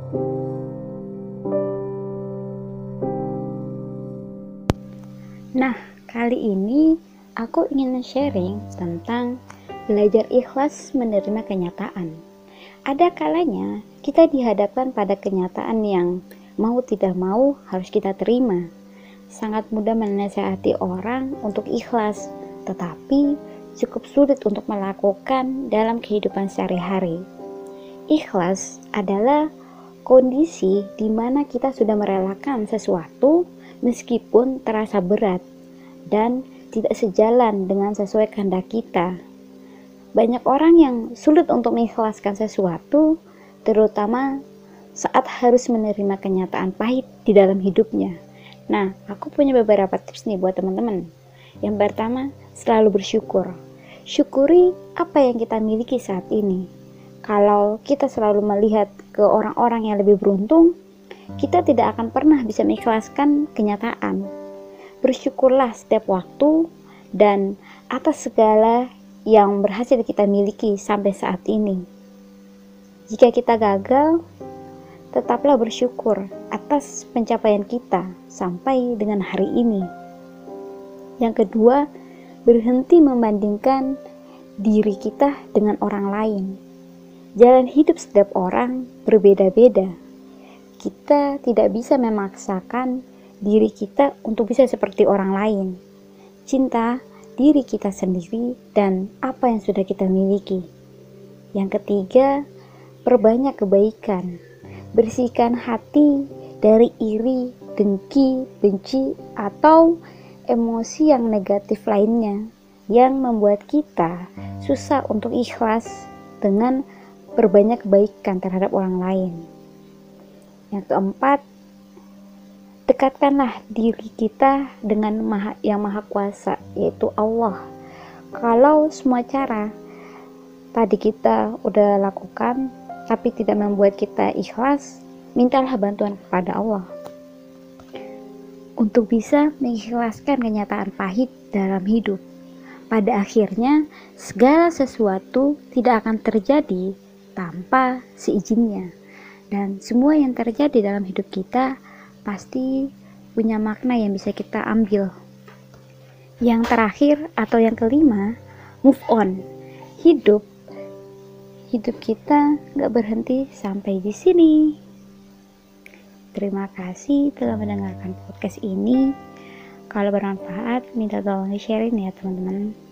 Nah, kali ini aku ingin sharing tentang belajar ikhlas menerima kenyataan. Ada kalanya kita dihadapkan pada kenyataan yang mau tidak mau harus kita terima. Sangat mudah menasihati orang untuk ikhlas, tetapi cukup sulit untuk melakukan dalam kehidupan sehari-hari. Ikhlas adalah kondisi di mana kita sudah merelakan sesuatu meskipun terasa berat dan tidak sejalan dengan sesuai kehendak kita. Banyak orang yang sulit untuk mengikhlaskan sesuatu, terutama saat harus menerima kenyataan pahit di dalam hidupnya. Nah, aku punya beberapa tips nih buat teman-teman. Yang pertama, selalu bersyukur. Syukuri apa yang kita miliki saat ini. Kalau kita selalu melihat ke orang-orang yang lebih beruntung, kita tidak akan pernah bisa mengikhlaskan kenyataan. Bersyukurlah setiap waktu dan atas segala yang berhasil kita miliki sampai saat ini. Jika kita gagal, tetaplah bersyukur atas pencapaian kita sampai dengan hari ini. Yang kedua, berhenti membandingkan diri kita dengan orang lain. Jalan hidup setiap orang berbeda-beda. Kita tidak bisa memaksakan diri kita untuk bisa seperti orang lain. Cinta diri kita sendiri dan apa yang sudah kita miliki. Yang ketiga, perbanyak kebaikan. Bersihkan hati dari iri, dengki, benci, atau emosi yang negatif lainnya yang membuat kita susah untuk ikhlas dengan perbanyak kebaikan terhadap orang lain. Yang keempat, dekatkanlah diri kita dengan yang maha kuasa, yaitu Allah. Kalau semua cara tadi kita udah lakukan, tapi tidak membuat kita ikhlas, mintalah bantuan kepada Allah. Untuk bisa mengikhlaskan kenyataan pahit dalam hidup. Pada akhirnya, segala sesuatu tidak akan terjadi tanpa seizinnya. Dan semua yang terjadi dalam hidup kita pasti punya makna yang bisa kita ambil. Yang terakhir atau yang kelima, move on. Hidup kita gak berhenti sampai di sini. Terima kasih telah mendengarkan podcast ini. Kalau bermanfaat, minta tolong di-share ya teman-teman.